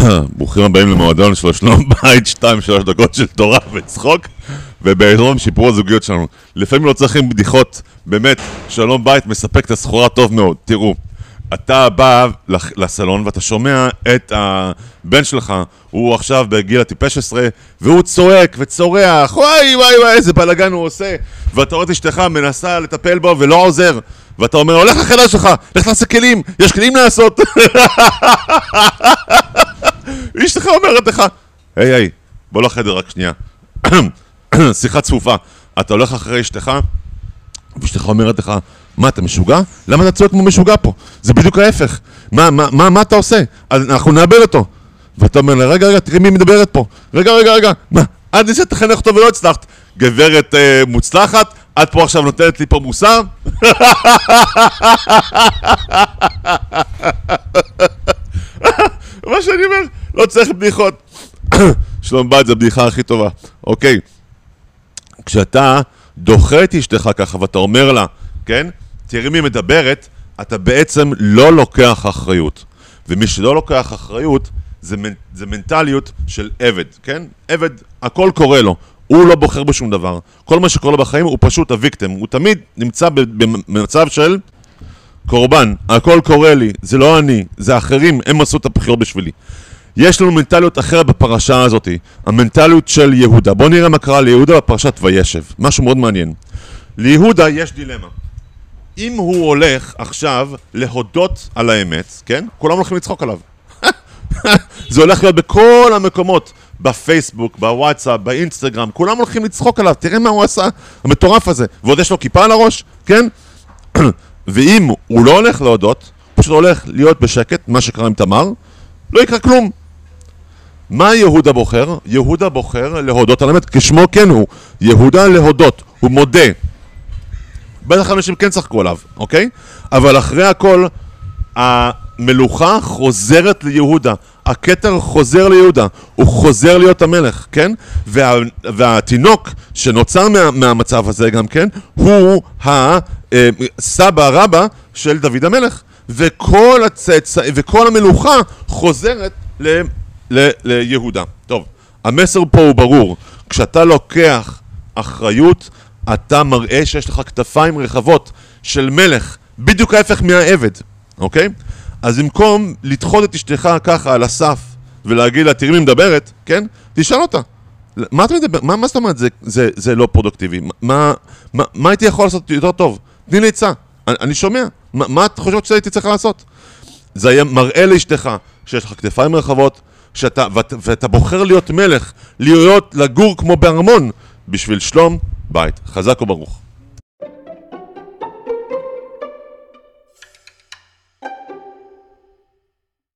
ברוכים הבאים למועדון של שלום בית, 2-3 דקות של תורה וצחוק, ובעזרון שיפור הזוגיות שלנו. לפעמים לא צריכים בדיחות, באמת, שלום בית מספק את הסחורה טוב מאוד. תראו, אתה בא לסלון ואתה שומע את הבן שלך, הוא עכשיו בגיל הטיפש 16, והוא צועק וצורח, וואי וואי וואי, איזה בלגן הוא עושה, ואתה רואה את אשתך מנסה לטפל בו ולא עוזר, ואתה אומר, הולך לחדר שלך, לך לעשות כלים, יש כלים לעשות. אשתך אומרת לך, היי, בוא לחדר רק שנייה. שיחה צפופה, אתה הולך אחרי אשתך, ואשתך אומרת לך, מה, אתה משוגע? למה אתה צועק כמו משוגע פה? זה בדיוק ההפך. מה אתה עושה? אנחנו נאבד אותו. ואתה אומר לה, רגע, תראי מי מדברת פה. רגע, מה? עד ניסית תחנך אותו ולא הצלחת. גברת מוצלחת, את פה עכשיו נותנת לי פה מוסר? מה שאני אומר, לא צריך בדיחות. שלום בית, זה הבדיחה הכי טובה. אוקיי. כשאתה דוחה את אשתך ככה ואתה אומר לה, כן? תראי מי מדברת, אתה בעצם לא לוקח אחריות. ומי שלא לוקח אחריות, זה מנטליות של עבד, כן? עבד, הכל קורה לו. הוא לא בוחר בשום דבר. כל מה שקורה לו בחיים הוא פשוט הוויקטם. הוא תמיד נמצא במצב של קורבן. הכל קורה לי, זה לא אני, זה אחרים, הם עשו את הבחירות בשבילי. יש לנו מנטליות אחרת בפרשה הזאת, המנטליות של יהודה. בואו נראה מה קרה ליהודה בפרשת וישב. משהו מאוד מעניין. ליהודה יש דילמה. אם הוא הולך עכשיו להודות על האמת, כן? כולם הולכים לצחוק עליו. זה הולך להיות בכל המקומות, בפייסבוק, בוואטסאפ, באינסטגרם, כולם הולכים לצחוק עליו. תראה מה הוא עשה, המטורף הזה. ועוד יש לו כיפה על הראש, כן? ואם הוא לא הולך להודות, פשוט הולך להיות בשקט, מה שקרה עם תמר, לא יקרה כלום. מה יהודה בוחר? יהודה בוחר להודות על האמת, כשמו כן הוא. יהודה להודות, הוא מודה. בטח אנשים כן צחקו עליו, אוקיי? אבל אחרי הכל, המלוכה חוזרת ליהודה. הכתר חוזר ליהודה. הוא חוזר להיות המלך, כן? והתינוק שנוצר מהמצב הזה גם כן, הוא הסבא רבא של דוד המלך. וכל המלוכה חוזרת ליהודה. טוב, המסר פה הוא ברור. כשאתה לוקח אחריות, אתה מראה שיש לך כתפיים רחבות של מלך, בדיוק ההפך מהעבד, אוקיי? אז במקום לדחות את אשתך ככה על הסף ולהגיד לה, תראי מי מדברת, כן? תשאל אותה. מה אתה מדבר? מה זאת אומרת? זה לא פרודוקטיבי. מה הייתי יכול לעשות יותר טוב? תני לי עצה. אני שומע. מה את חושבת שהייתי צריך לעשות? זה היה מראה לאשתך שיש לך כתפיים רחבות, ואתה בוחר להיות מלך, לגור כמו בארמון, בשביל שלום בית. חזק וברוך.